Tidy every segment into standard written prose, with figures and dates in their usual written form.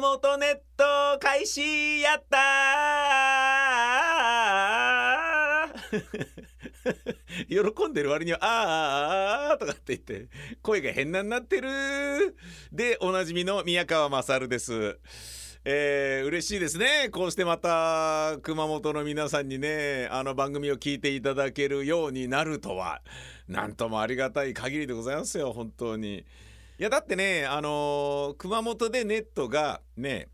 本ネット開始やったー喜んでる割にはあーとかって言って声が変なになってるでおなじみの宮川勝です。嬉しいですね。こうしてまた熊本の皆さんにね番組を聞いていただけるようになるとはなんともありがたい限りでございますよ本当に。いやだってね熊本でネットがね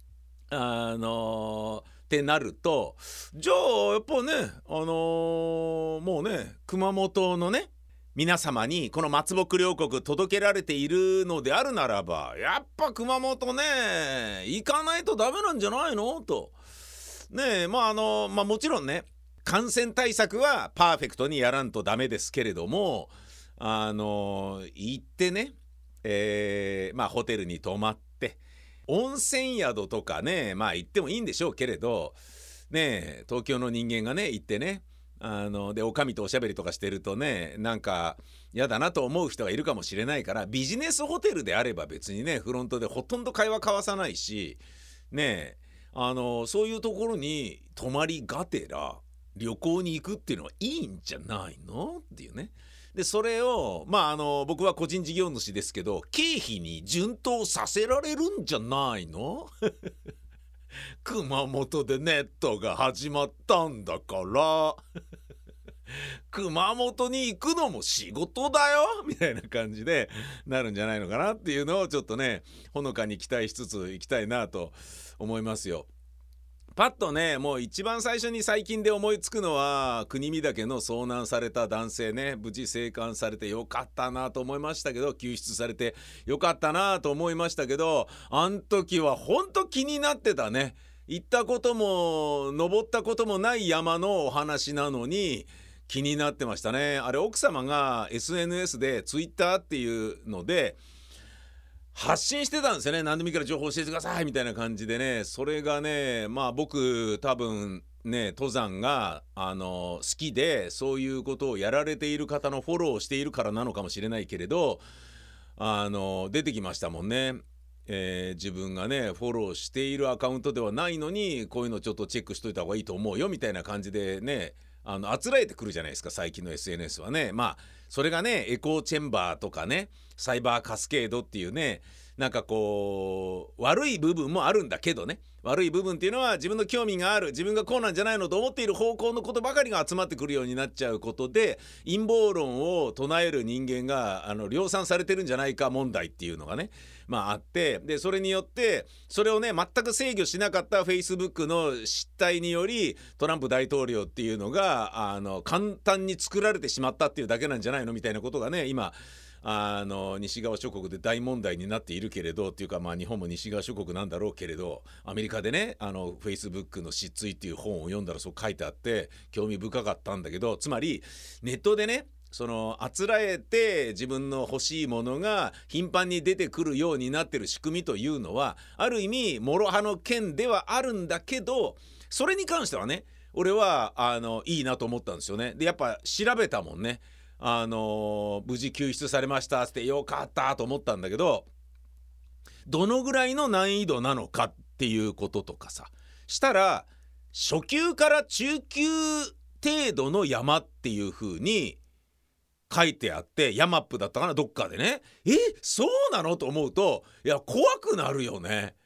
ってなるとじゃあやっぱねもうね熊本のね皆様にこの松木両国届けられているのであるならばやっぱ熊本ね行かないとダメなんじゃないのとね。もちろんね感染対策はパーフェクトにやらんとダメですけれども行ってねホテルに泊まって温泉宿とかね行ってもいいんでしょうけれどね東京の人間がね行ってねでおかみとおしゃべりとかしてるとねなんか嫌だなと思う人がいるかもしれないからビジネスホテルであれば別にねフロントでほとんど会話交わさないしねそういうところに泊まりがてら旅行に行くっていうのはいいんじゃないのっていうね。でそれを僕は個人事業主ですけど経費に順当させられるんじゃないの熊本でネットが始まったんだから熊本に行くのも仕事だよみたいな感じでなるんじゃないのかなっていうのをちょっとねほのかに期待しつつ行きたいなと思いますよ。パッとねもう一番最初に最近で思いつくのは国見岳の遭難された男性ね無事生還されてよかったなと思いましたけど救出されてよかったなと思いましたけどあん時はほんと気になってたね。行ったことも登ったこともない山のお話なのに気になってましたね。あれ奥様が SNS で Twitter っていうので発信してたんですよね。何でもいいから情報教えてくださいみたいな感じでね。それがね僕多分ね登山が好きでそういうことをやられている方のフォローをしているからなのかもしれないけれど出てきましたもんね。自分がねフォローしているアカウントではないのにこういうのちょっとチェックしといた方がいいと思うよみたいな感じでねあつらえてくるじゃないですか最近の SNS はね。それがねエコーチェンバーとかねサイバーカスケードっていうねなんかこう悪い部分もあるんだけどね悪い部分っていうのは自分の興味がある自分がこうなんじゃないのと思っている方向のことばかりが集まってくるようになっちゃうことで陰謀論を唱える人間が量産されてるんじゃないか問題っていうのがねあってでそれによってそれをね全く制御しなかった Facebook の失態によりトランプ大統領っていうのが簡単に作られてしまったっていうだけなんじゃないのみたいなことがね今西側諸国で大問題になっているけれどっていうか日本も西側諸国なんだろうけれどアメリカでねFacebook の失墜っていう本を読んだらそう書いてあって興味深かったんだけどつまりネットでねあつらえて自分の欲しいものが頻繁に出てくるようになってる仕組みというのはある意味諸刃の剣ではあるんだけどそれに関してはね俺はいいなと思ったんですよね。でやっぱ調べたもんね無事救出されましたってよかったと思ったんだけどどのぐらいの難易度なのかっていうこととかさしたら初級から中級程度の山っていう風に書いてあってヤマップだったかなどっかでねそうなのと思うといや怖くなるよね。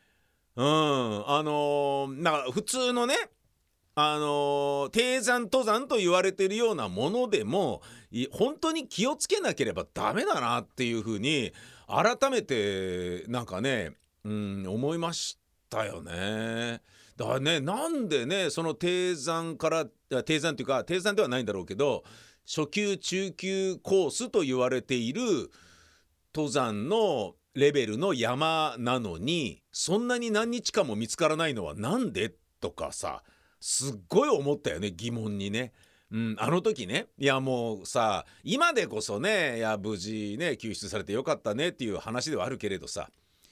なんか普通のね低山登山と言われているようなものでも本当に気をつけなければダメだなっていうふうに改めてなんかね思いましたよね。だからねなんでねその低山から低山っていうか低山ではないんだろうけど初級中級コースと言われている登山のレベルの山なのにそんなに何日間も見つからないのはなんでとかさすっごい思ったよね疑問にね。あの時ねいやもうさ今でこそねいや無事ね救出されてよかったねっていう話ではあるけれどさ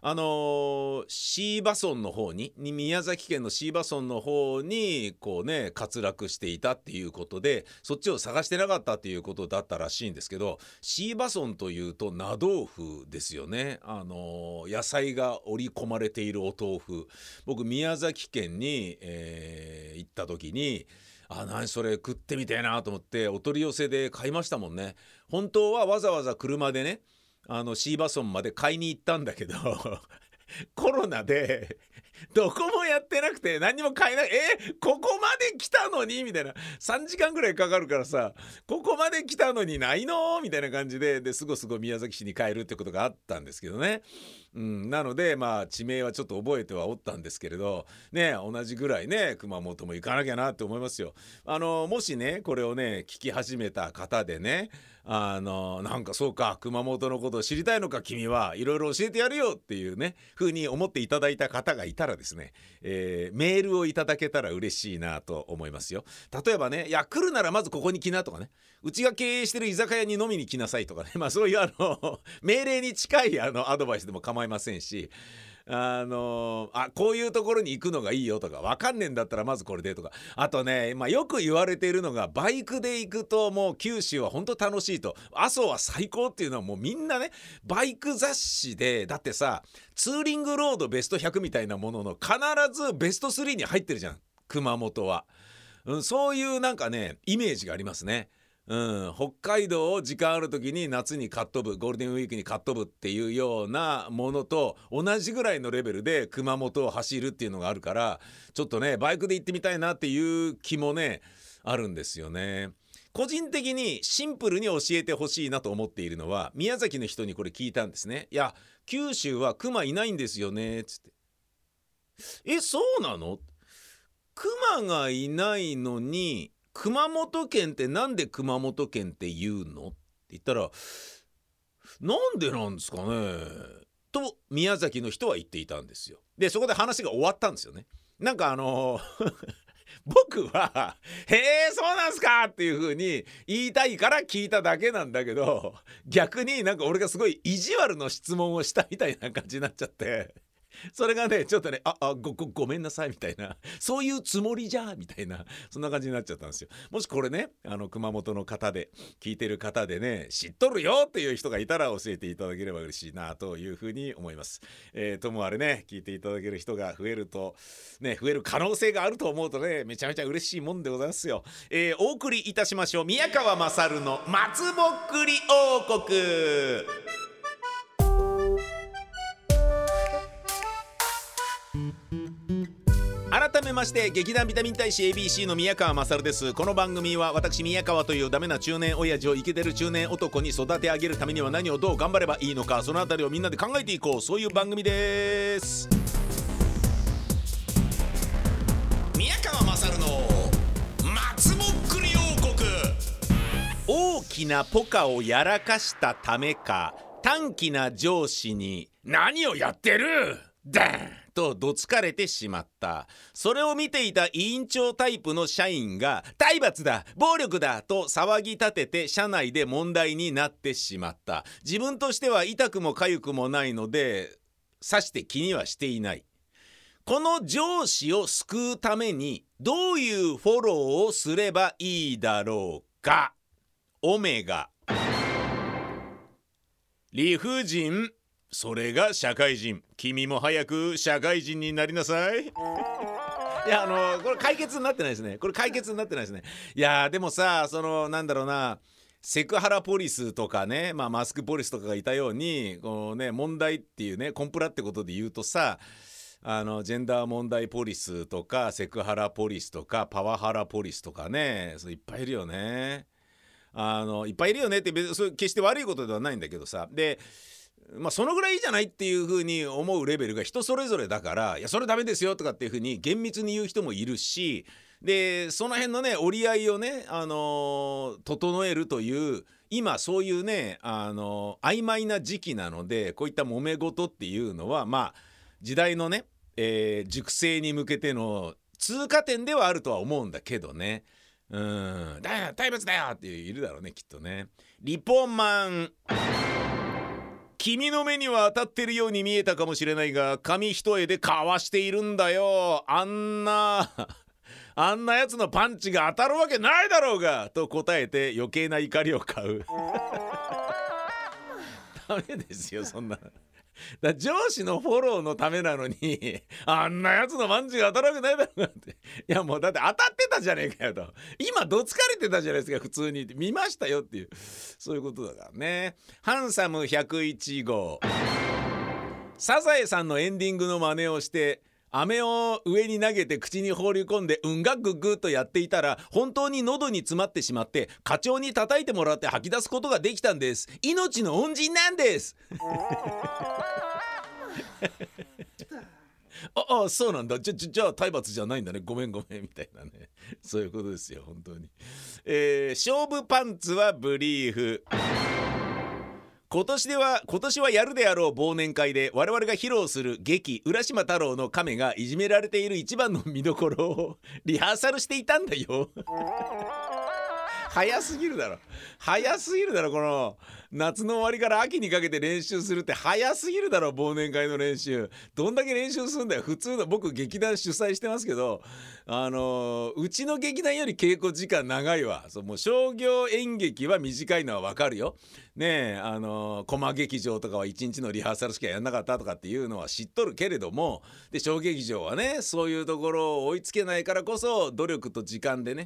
椎葉村の方に宮崎県の椎葉村の方にこうね滑落していたっていうことで、そっちを探してなかったっていうことだったらしいんですけど、椎葉村というと菜豆腐ですよね。野菜が織り込まれているお豆腐、僕宮崎県に、行った時に何それ食ってみたいなと思ってお取り寄せで買いましたもんね。本当はわざわざ車でね椎葉村まで買いに行ったんだけどコロナでどこもやってなくて何にも買えない。ここまで来たのにみたいな、3時間ぐらいかかるからさ、ここまで来たのにないのみたいな感じですご宮崎市に帰るってことがあったんですけどね。なので地名はちょっと覚えてはおったんですけれどね、同じぐらいね熊本も行かなきゃなって思いますよ。もしねこれをね聞き始めた方でね、なんかそうか熊本のことを知りたいのか君はいろいろ教えてやるよっていうね風に思っていただいた方がいたらですね、メールをいただけたら嬉しいなと思いますよ。例えばね、いや来るならまずここに来なとかね、うちが経営してる居酒屋に飲みに来なさいとかね、そういう命令に近いアドバイスでも構いませんし、こういうところに行くのがいいよとか、わかんねえんだったらまずこれでとか、あとね、よく言われているのがバイクで行くともう九州は本当楽しいと、阿蘇は最高っていうのはもうみんなねバイク雑誌で、だってさツーリングロードベスト100みたいなものの必ずベスト3に入ってるじゃん熊本は。そういうなんかねイメージがありますね。北海道を時間ある時に夏にかっ飛ぶ、ゴールデンウィークにかっ飛ぶっていうようなものと同じぐらいのレベルで熊本を走るっていうのがあるから、ちょっとねバイクで行ってみたいなっていう気もねあるんですよね。個人的にシンプルに教えてほしいなと思っているのは、宮崎の人にこれ聞いたんですね。いや九州は熊いないんですよねつって。そうなの？熊がいないのに熊本県ってなんで熊本県って言うのって言ったら、なんでなんですかねと宮崎の人は言っていたんですよ。でそこで話が終わったんですよね。なんか僕はへえそうなんすかっていう風に言いたいから聞いただけなんだけど、逆になんか俺がすごい意地悪の質問をしたみたいな感じになっちゃって、それがねちょっとねごめんなさいみたいな、そういうつもりじゃみたいな、そんな感じになっちゃったんですよ。もしこれね熊本の方で聞いてる方でね知っとるよっていう人がいたら教えていただければ嬉しいなというふうに思います。ともあれね聞いていただける人が増えるとね、増える可能性があると思うとねめちゃめちゃ嬉しいもんでございますよ。お送りいたしましょう、宮川勝の松ぼっくり王国。改めまして劇団ビタミン大使 ABC の宮川勝です。この番組は私宮川というダメな中年親父をイケてる中年男に育て上げるためには何をどう頑張ればいいのか、そのあたりをみんなで考えていこう、そういう番組です。宮川勝の松ぼっくり王国。大きなポカをやらかしたためか、短気な上司に何をやってるダーンとどつかれてしまった。それを見ていた委員長タイプの社員が体罰だ暴力だと騒ぎ立てて社内で問題になってしまった。自分としては痛くも痒くもないのでさして気にはしていない。この上司を救うためにどういうフォローをすればいいだろうか。オメガ理不尽、それが社会人。君も早く社会人になりなさい。いやこれ解決になってないですね。いやでもさなんだろうな、セクハラポリスとかね、マスクポリスとかがいたようにこうね問題っていうねコンプラってことで言うとさ、ジェンダー問題ポリスとかセクハラポリスとかパワハラポリスとかね、いっぱいいるよね。いっぱいいるよねってそれ決して悪いことではないんだけどさ、でそのぐらいいいじゃないっていう風に思うレベルが人それぞれだから、いやそれダメですよとかっていう風に厳密に言う人もいるし、でその辺のね折り合いをね、整えるという今そういうね曖昧な時期なので、こういった揉め事っていうのは時代のね、熟成に向けての通過点ではあるとは思うんだけどね。だよ体罰だよっているだろうねきっとね。リポマン君の目には当たってるように見えたかもしれないが、紙一重でかわしているんだよ。あんなやつのパンチが当たるわけないだろうがと答えて余計な怒りを買う。ダメですよそんな。上司のフォローのためなのにあんなやつのパンチが当たるわけないだろうがって。いやもうだって当たってたじゃねえかよと。今どつかれてたじゃないですか普通に。見ましたよっていう、そういうことだからね。ハンサム101号、サザエさんのエンディングの真似をして飴を上に投げて口に放り込んでうんがぐぐっとやっていたら、本当に喉に詰まってしまって課長に叩いてもらって吐き出すことができたんです。命の恩人なんですあ、そうなんだ。じゃあ体罰じゃないんだね。ごめんみたいなね。そういうことですよ本当に。勝負パンツはブリーフ。今年はやるであろう忘年会で我々が披露する劇浦島太郎の亀がいじめられている一番の見どころをリハーサルしていたんだよ。早すぎるだろこの夏の終わりから秋にかけて練習するって早すぎるだろ。忘年会の練習どんだけ練習するんだよ。普通の僕劇団主催してますけど、うちの劇団より稽古時間長いわ。もう商業演劇は短いのはわかるよね。コマ劇場とかは1日のリハーサルしかやんなかったとかっていうのは知っとるけれども、で小劇場はねそういうところを追いつけないからこそ努力と時間でね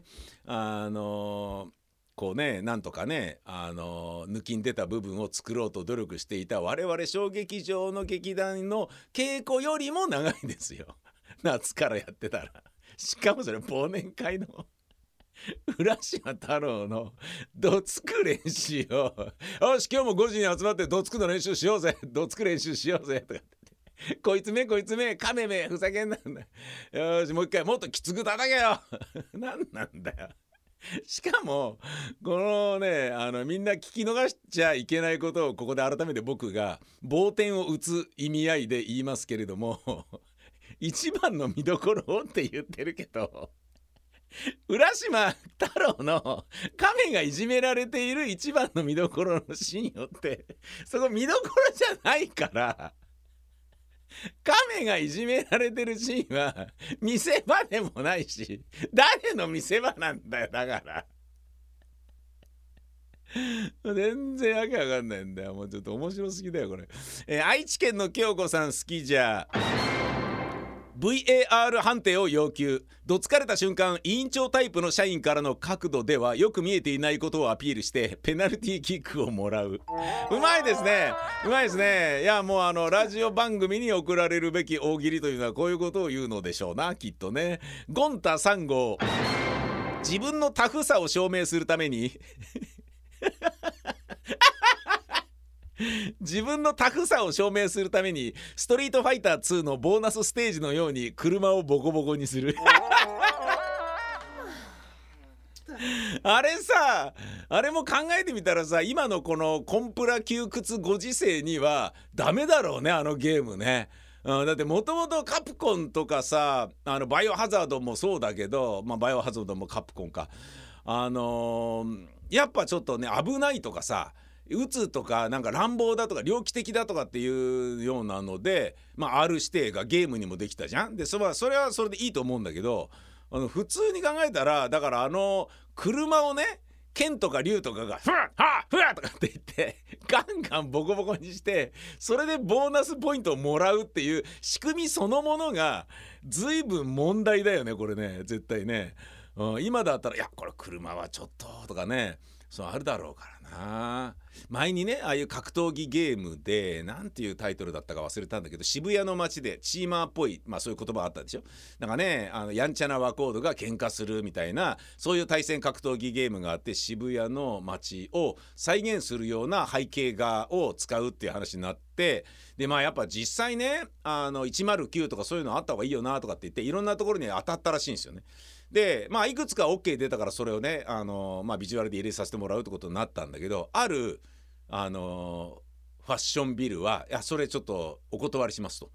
こうねなんとかね抜きん出た部分を作ろうと努力していた我々小劇場の劇団の稽古よりも長いんですよ。夏からやってたら。しかもそれ忘年会の浦島太郎のどつく練習をよし今日も5時に集まってどつくの練習しようぜどつく練習しようぜとかこいつめ亀めふざけんなんだよしもう一回もっときつく叩けよなんなんだよ。しかもこのねみんな聞き逃しちゃいけないことをここで改めて僕が棒点を打つ意味合いで言いますけれども一番の見どころをって言ってるけど浦島太郎の亀がいじめられている一番の見どころのシーンをってそこ見どころじゃないから、亀がいじめられてるシーンは見せ場でもないし誰の見せ場なんだよ。だから全然わけわかんないんだよ。もうちょっと面白すぎだよこれ。愛知県の京子さん好きじゃVAR 判定を要求。どつかれた瞬間委員長タイプの社員からの角度ではよく見えていないことをアピールしてペナルティーキックをもらう。うまいですね。いやもうラジオ番組に送られるべき大喜利というのはこういうことを言うのでしょうなきっとね。ゴンタ3号、自分のタフさを証明するために自分のタフさを証明するためにストリートファイター2のボーナスステージのように車をボコボコにするあれさあれも考えてみたらさ今のこのコンプラ窮屈ご時世にはダメだろうねあのゲームね。だってもともとカプコンとかさバイオハザードもそうだけど、バイオハザードもカプコンかやっぱちょっとね危ないとかさ撃つとかなんか乱暴だとか猟奇的だとかっていうようなのでR 指定がゲームにもできたじゃん。でそれはそれでいいと思うんだけど普通に考えたらだから車をね剣とか竜とかがフワッハッフワッとかって言ってガンガンボコボコにしてそれでボーナスポイントをもらうっていう仕組みそのものが随分問題だよねこれね絶対ね。今だったらいやこれ車はちょっととかねそうあるだろうからな。前にねああいう格闘技ゲームでなんていうタイトルだったか忘れたんだけど渋谷の街でチーマーっぽいそういう言葉あったでしょ。なんかねやんちゃなワコードが喧嘩するみたいなそういう対戦格闘技ゲームがあって渋谷の街を再現するような背景画を使うっていう話になってでやっぱ実際ね109とかそういうのあった方がいいよなとかって言っていろんなところに当たったらしいんですよね。でいくつか OK 出たからそれをねビジュアルで入れさせてもらうってことになったんだけどあるファッションビルはいやそれちょっとお断りしますと、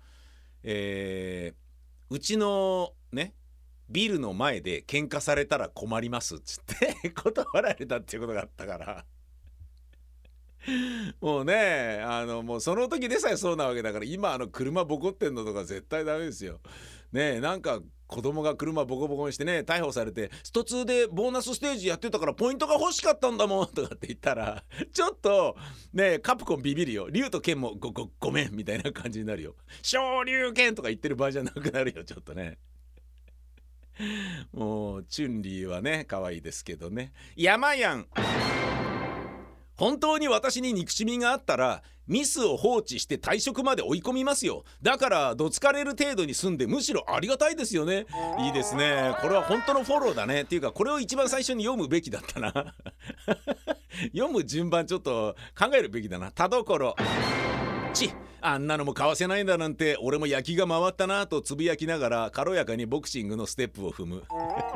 うちのねビルの前で喧嘩されたら困りますっつって断られたっていうことがあったからもうねもうその時でさえそうなわけだから、今車ボコってんのとか絶対ダメですよ。ねえ、なんか子供が車ボコボコにしてね、逮捕されて、スト2でボーナスステージやってたからポイントが欲しかったんだもんとかって言ったら、ちょっとねえカプコンビビるよ。竜と剣もごめんみたいな感じになるよ。昇竜拳とか言ってる場合じゃなくなるよ、ちょっとね。もうチュンリーはね可愛いですけどね。山やん、本当に私に憎しみがあったらミスを放置して退職まで追い込みますよ。だからどつかれる程度に済んでむしろありがたいですよね。いいですね、これは本当のフォローだね。っていうかこれを一番最初に読むべきだったな読む順番ちょっと考えるべきだな。田所、あんなのも買わせないんだなんて、俺も焼きが回ったなとつぶやきながら軽やかにボクシングのステップを踏む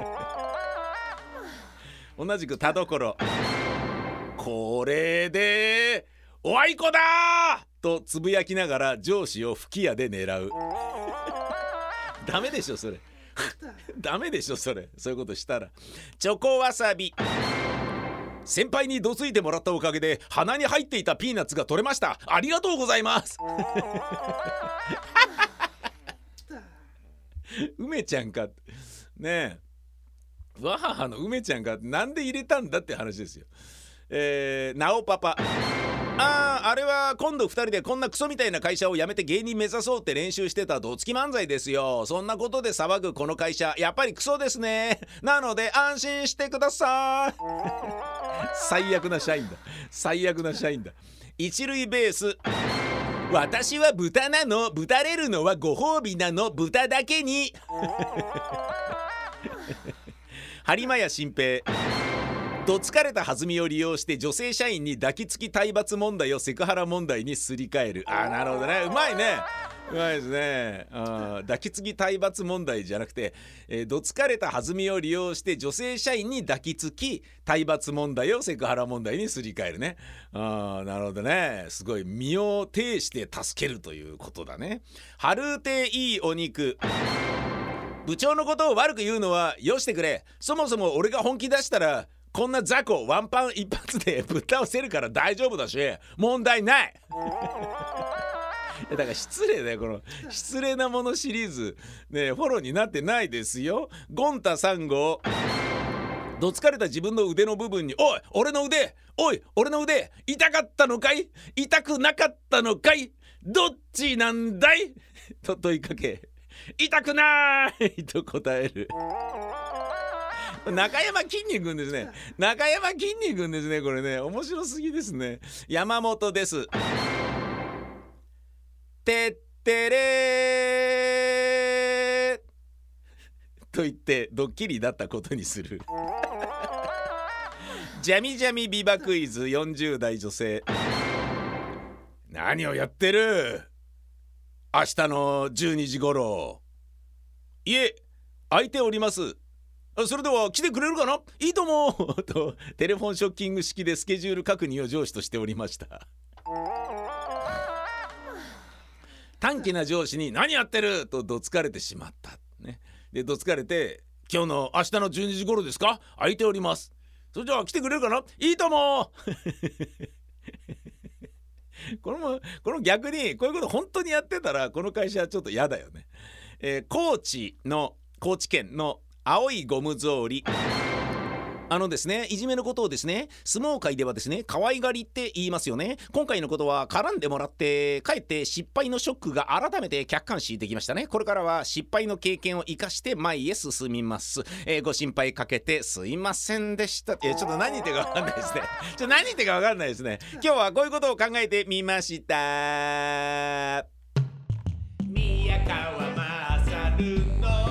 同じく田所、これでおあいこだとつぶやきながら上司を吹き矢で狙うダメでしょそれダメでしょそれ、そういうことしたら。チョコわさび、先輩にどついてもらったおかげで鼻に入っていたピーナッツが取れました。ありがとうございます梅ちゃんかねえ、わははの梅ちゃんかなんで入れたんだって話ですよ。なおパパ、あれは今度2人でこんなクソみたいな会社を辞めて芸人目指そうって練習してたどつき漫才ですよ。そんなことで騒ぐこの会社やっぱりクソですね。なので安心してください最悪な社員だ、最悪な社員だ。一塁ベース、私は豚なの、豚れるのはご褒美なの、豚だけに播磨屋新平、どつかれた弾みを利用して女性社員に抱きつき体罰問題をセクハラ問題にすり替える。なるほどね、うまいね、うまいですね。抱きつき体罰問題じゃなくて、どつかれた弾みを利用して女性社員に抱きつき体罰問題をセクハラ問題にすり替えるね。なるほどね、すごい身を挺して助けるということだね。春ていいお肉、部長のことを悪く言うのはよしてくれ。そもそも俺が本気出したらこんな雑魚ワンパン一発でぶっ倒せるから大丈夫だし問題ないだから失礼だよ、この失礼なものシリーズね、フォローになってないですよ。ゴンタ3号、どつかれた自分の腕の部分におい俺の腕痛かったのかい痛くなかったのかいどっちなんだいと問いかけ、痛くないと答える中山きんに君ですね、中山きんに君ですね、これね面白すぎですね。山本です、てってれーと言ってドッキリだったことにするジャミジャミビバクイズ、40代女性、何をやってる、明日の12時頃、いえ空いております、それでは来てくれるかな、いいともとテレフォンショッキング式でスケジュール確認を上司としておりました短気な上司に何やってるとどつかれてしまった、ね、でどつかれて、今日の明日の12時頃ですか、空いております、それじゃあ来てくれるかな、いいともこの逆にこういうこと本当にやってたらこの会社はちょっと嫌だよね。高知県の青いゴム草履、ですね、いじめのことをですね、相撲界ではですね可愛がりって言いますよね。今回のことは絡んでもらってかえって失敗のショックが改めて客観視できましたね。これからは失敗の経験を生かして前へ進みます。ご心配かけてすいませんでした。ちょっと何言ってるか分かんないですね何言ってるか分かんないですね。今日はこういうことを考えてみました。宮川勝の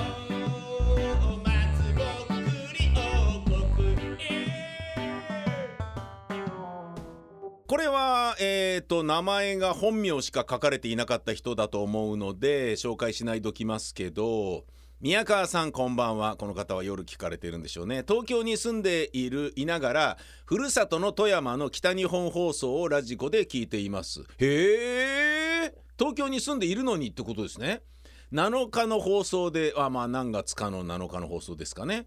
これは名前が本名しか書かれていなかった人だと思うので紹介しないときますけど、宮川さんこんばんは。この方は夜聞かれているんでしょうね。東京に住んでいながらふるさとの富山の北日本放送をラジコで聞いています。へえ、東京に住んでいるのにってことですね。7日の放送で何月かの7日の放送ですかね。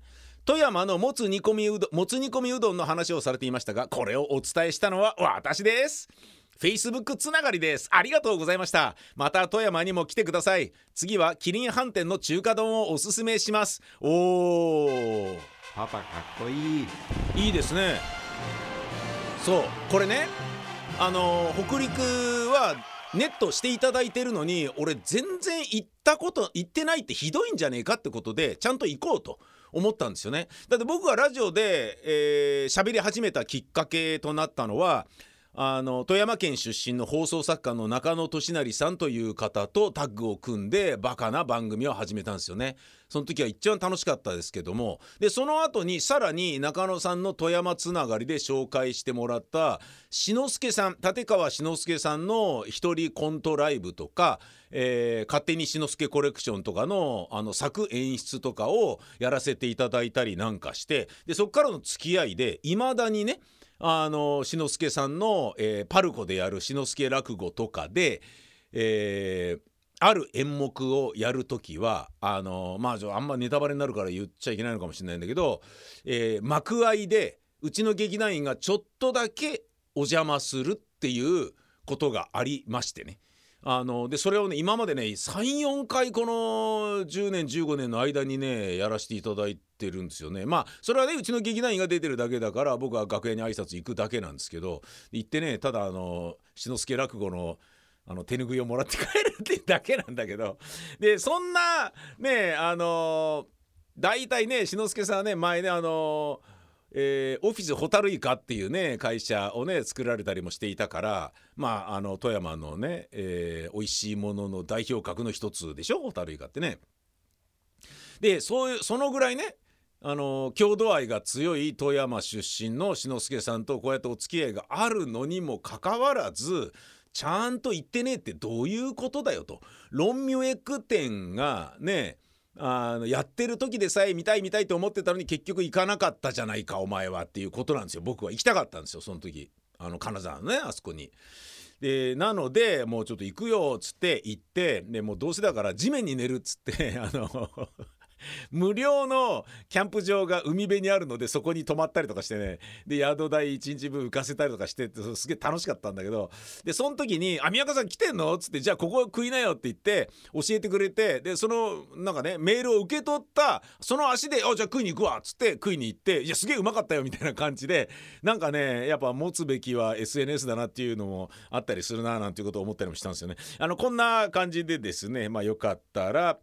富山のもつ煮込みうどんの話をされていましたが、これをお伝えしたのは私です。Facebook つながりです。ありがとうございました。また富山にも来てください。次はキリン飯店の中華丼をおすすめします。おー、 パパかっこいい。 いいですね。そう、これね、北陸はネットしていただいてるのに、俺全然行ってないってひどいんじゃねえかってことで、ちゃんと行こうと思ったんですよね。だって僕がラジオで喋り始めたきっかけとなったのは、富山県出身の放送作家の中野俊成さんという方とタッグを組んでバカな番組を始めたんですよね。その時は一番楽しかったですけども、でその後にさらに中野さんの富山つながりで紹介してもらった志の輔さん、立川志の輔さんの一人コントライブとか、勝手に志の輔コレクションとかの作演出とかをやらせていただいたりなんかして、でそっからの付き合いでいまだにね、志の輔さんの、パルコでやる志の輔落語とかで、ある演目をやるときはあんまネタバレになるから言っちゃいけないのかもしれないんだけど、幕間でうちの劇団員がちょっとだけお邪魔するっていうことがありましてね。でそれをね、今までね 3,4 回この10年15年の間にねやらせていただいてるんですよね。それはね、うちの劇団員が出てるだけだから、僕は楽屋に挨拶行くだけなんですけど、行ってね、ただ志の輔落語の手拭いをもらって帰るっていうだけなんだけど、でそんなね大体ね、志の輔さんはね、前ねオフィスホタルイカっていうね会社をね作られたりもしていたから、富山のね、美味しいものの代表格の一つでしょ、ホタルイカってね。でそのぐらいね、郷土愛が強い富山出身の志の輔さんとこうやってお付き合いがあるのにもかかわらず、ちゃんと言ってねえってどういうことだよと。ロンミュエック店がねやってる時でさえ見たいと思ってたのに結局行かなかったじゃないかお前はっていうことなんですよ。僕は行きたかったんですよ、その時金沢のねあそこに。でなのでもうちょっと行くよっつって行って、でもうどうせだから地面に寝るっつって無料のキャンプ場が海辺にあるので、そこに泊まったりとかしてね、で宿代1日分浮かせたりとかしてって、すげえ楽しかったんだけど、でその時に宮川さん来てんのっつって、じゃあここ食いなよって言って教えてくれて、でそのなんかねメールを受け取ったその足でじゃあ食いに行くわっつって食いに行って、いやすげえうまかったよみたいな感じで、なんかねやっぱ持つべきは SNS だなっていうのもあったりするななんていうことを思ったりもしたんですよね。こんな感じでですね、よかったら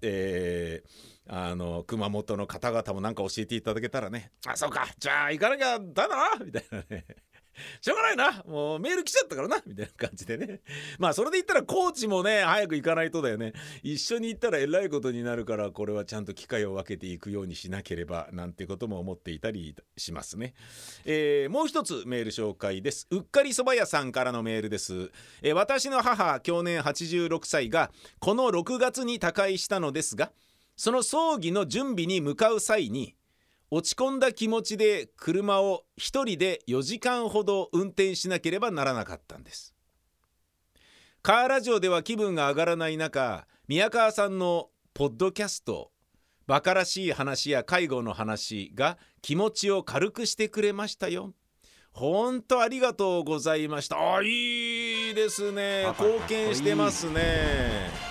熊本の方々もなんか教えていただけたらね、そうかじゃあ行かなきゃだなみたいなねしょうがないな、もうメール来ちゃったからなみたいな感じでね。それで言ったら高知もね早く行かないとだよね。一緒に行ったらえらいことになるから、これはちゃんと機会を分けていくようにしなければなんてことも思っていたりしますね。もう一つメール紹介です。うっかりそば屋さんからのメールです。私の母去年86歳がこの6月に他界したのですが、その葬儀の準備に向かう際に落ち込んだ気持ちで車を一人で4時間ほど運転しなければならなかったんです。カーラジオでは気分が上がらない中、宮川さんのポッドキャスト、バカらしい話や介護の話が気持ちを軽くしてくれましたよ。本当ありがとうございました。いいですね、貢献してますね。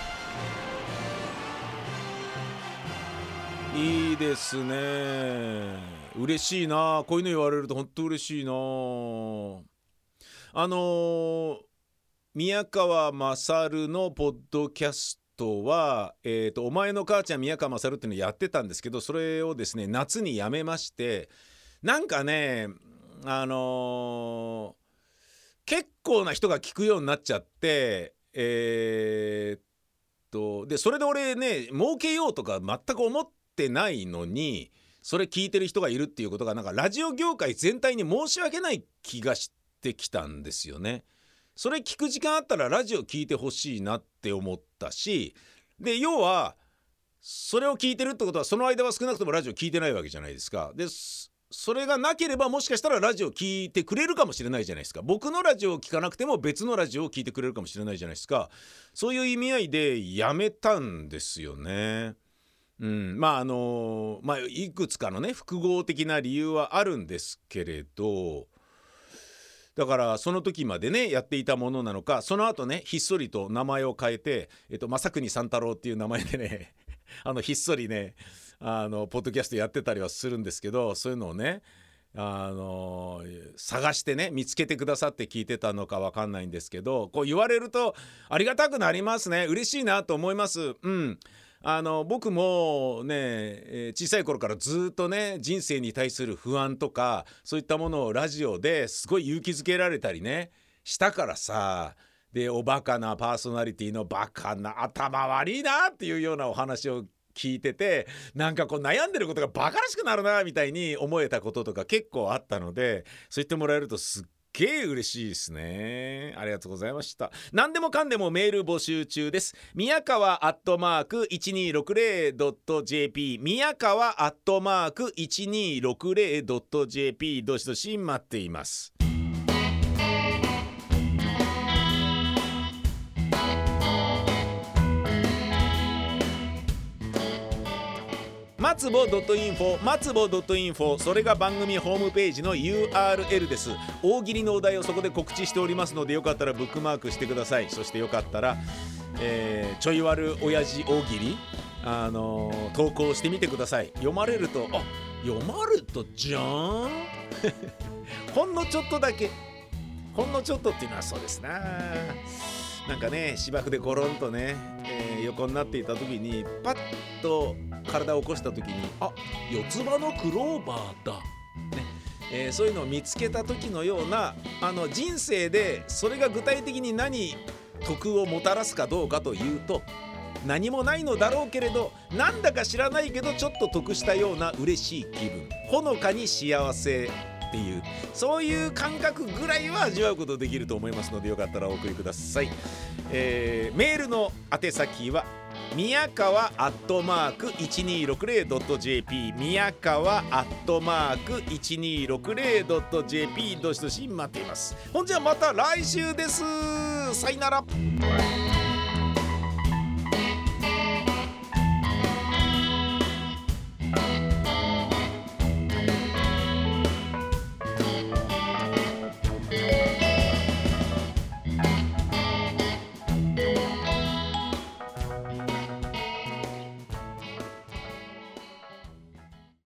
いいですね、嬉しいな、こういうの言われると本当嬉しいな。宮川勝のポッドキャストは、お前の母ちゃん宮川勝っていうのやってたんですけど、それをですね夏にやめまして、なんかね結構な人が聞くようになっちゃって、でそれで俺ね儲けようとか全く思ってないのに、それ聞いてる人がいるっていうことがなんかラジオ業界全体に申し訳ない気がしてきたんですよね。それ聞く時間あったらラジオ聞いてほしいなって思ったし、で要はそれを聞いてるってことはその間は少なくともラジオ聞いてないわけじゃないですか。でそれがなければもしかしたらラジオ聞いてくれるかもしれないじゃないですか。僕のラジオを聞かなくても別のラジオを聞いてくれるかもしれないじゃないですか。そういう意味合いでやめたんですよね。 いくつかのね複合的な理由はあるんですけれど、だからその時までねやっていたものなのか、その後ねひっそりと名前を変えて、正国三太郎っていう名前でねひっそりねポッドキャストやってたりはするんですけど、そういうのをね探してね見つけてくださって聞いてたのか分かんないんですけど、こう言われるとありがたくなりますね。嬉しいなと思います。僕もね、小さい頃からずっとね人生に対する不安とかそういったものをラジオですごい勇気づけられたりねしたからさ、でおバカなパーソナリティのバカな頭悪いなっていうようなお話を聞いてて、なんかこう悩んでることがバカらしくなるなみたいに思えたこととか結構あったので、そう言ってもらえるとすっげえ嬉しいですね。ありがとうございました。何でもかんでもメール募集中です。宮川@1260.jp 宮川@1260.jp どしどし待っています。松ぼ.info 松ぼ.info、 それが番組ホームページの URL です。大喜利のお題をそこで告知しておりますので、よかったらブックマークしてください。そしてよかったら、ちょい悪親父大喜利投稿してみてください。読まれるとじゃーんほんのちょっとだけ、ほんのちょっとっていうのはそうですな、なんかね芝生でゴロンとね、横になっていた時にパッと体を起こした時に四つ葉のクローバーだ、ねそういうのを見つけた時のような人生でそれが具体的に何得をもたらすかどうかというと、何もないのだろうけれど、なんだか知らないけどちょっと得したような嬉しい気分、ほのかに幸せっていう、そういう感覚ぐらいは味わうことできると思いますので、よかったらお送りください。メールの宛先は宮川@1260.jp 宮川@1260.jp どしどし待っています。ほんじゃまた来週です。さよなら。